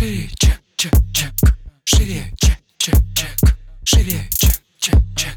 Шире, чек, чек, чек. Шире, чек, чек, чек. Шире, чек, чек, чек.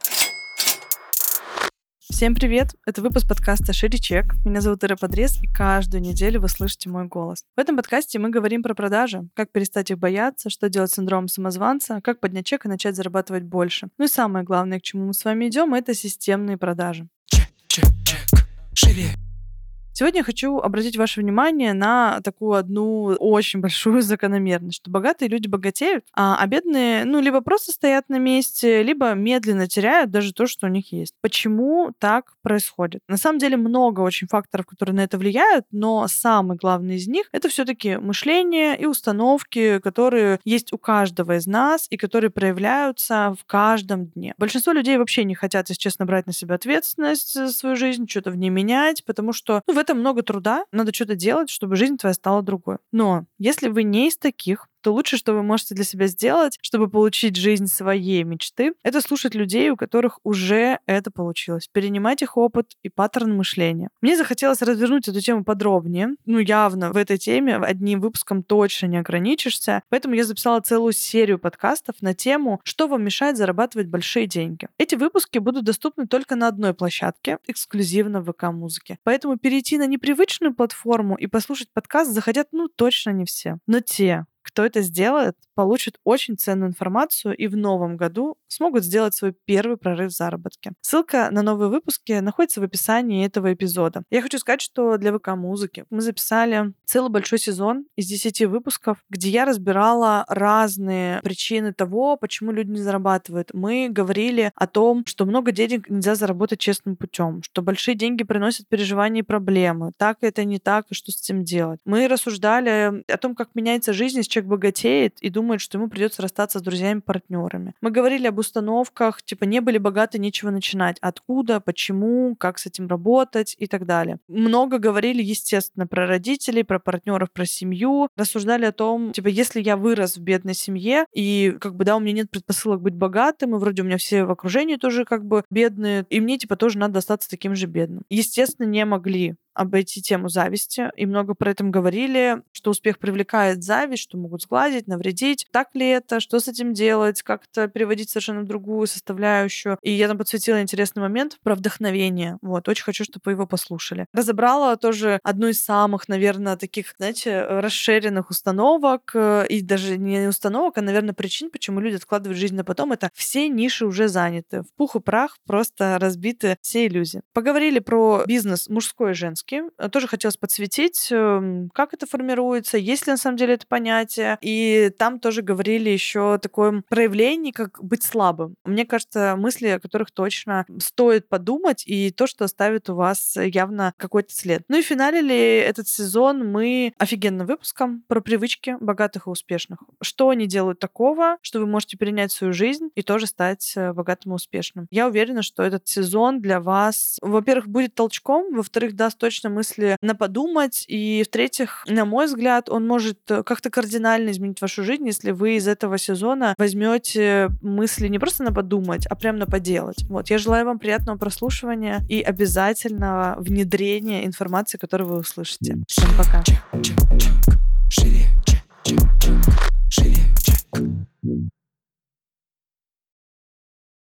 Всем привет! Это выпуск подкаста «Шире чек». Меня зовут Ира Подрез, и каждую неделю вы слышите мой голос. В этом подкасте мы говорим про продажи, как перестать их бояться, что делать с синдромом самозванца, как поднять чек и начать зарабатывать больше. Ну и самое главное, к чему мы с вами идем, это системные продажи. Чек, чек, чек. Шире. Сегодня я хочу обратить ваше внимание на такую одну очень большую закономерность, что богатые люди богатеют, а бедные, либо просто стоят на месте, либо медленно теряют даже то, что у них есть. Почему так происходит? На самом деле много очень факторов, которые на это влияют, но самый главный из них — это все-таки мышление и установки, которые есть у каждого из нас и которые проявляются в каждом дне. Большинство людей вообще не хотят, если честно, брать на себя ответственность за свою жизнь, что-то в ней менять, потому что в этом много труда, надо что-то делать, чтобы жизнь твоя стала другой. Но если вы не из таких, то лучше, что вы можете для себя сделать, чтобы получить жизнь своей мечты, это слушать людей, у которых уже это получилось, перенимать их опыт и паттерн мышления. Мне захотелось развернуть эту тему подробнее. Явно в этой теме одним выпуском точно не ограничишься, поэтому я записала целую серию подкастов на тему «Что вам мешает зарабатывать большие деньги?». Эти выпуски будут доступны только на одной площадке, эксклюзивно в ВК-музыке. Поэтому перейти на непривычную платформу и послушать подкаст захотят точно не все. Но те, кто это сделает, получат очень ценную информацию и в новом году смогут сделать свой первый прорыв в заработке. Ссылка на новые выпуски находится в описании этого эпизода. Я хочу сказать, что для ВК-музыки мы записали целый большой сезон из 10 выпусков, где я разбирала разные причины того, почему люди не зарабатывают. Мы говорили о том, что много денег нельзя заработать честным путем, что большие деньги приносят переживания и проблемы. Так это не так, и что с этим делать. Мы рассуждали о том, как меняется жизнь, если человек богатеет и думает, что ему придется расстаться с друзьями-партнерами. Мы говорили об установках, типа не были богаты, нечего начинать. Откуда, почему, как с этим работать и так далее. Много говорили, естественно, про родителей, про партнеров, про семью. Рассуждали о том, если я вырос в бедной семье, и у меня нет предпосылок быть богатым, и вроде у меня все в окружении тоже бедные, и мне тоже надо остаться таким же бедным. Естественно, не могли обойти тему зависти, и много про это говорили, что успех привлекает зависть, что могут сглазить, навредить. Так ли это? Что с этим делать? Как это переводить в совершенно другую составляющую? И я там подсветила интересный момент про вдохновение. Очень хочу, чтобы вы его послушали. Разобрала тоже одну из самых, наверное, таких, расширенных установок, и даже не установок, а, наверное, причин, почему люди откладывают жизнь на потом. Это все ниши уже заняты. В пух и прах просто разбиты все иллюзии. Поговорили про бизнес мужской и женский. Тоже хотелось подсветить, как это формируется, есть ли на самом деле это понятие. И там тоже говорили еще о таком проявлении, как быть слабым. Мне кажется, мысли, о которых точно стоит подумать, и то, что оставит у вас явно какой-то след. И финалили этот сезон мы офигенным выпуском про привычки богатых и успешных. Что они делают такого, что вы можете перенять свою жизнь и тоже стать богатым и успешным. Я уверена, что этот сезон для вас, во-первых, будет толчком, во-вторых, даст точно мысли на подумать, и в-третьих, на мой взгляд, он может как-то кардинально изменить вашу жизнь, если вы из этого сезона возьмете мысли не просто на подумать, а прям на поделать. Я желаю вам приятного прослушивания и обязательного внедрения информации, которую вы услышите. Всем пока. Шире, чек, чек. Шире.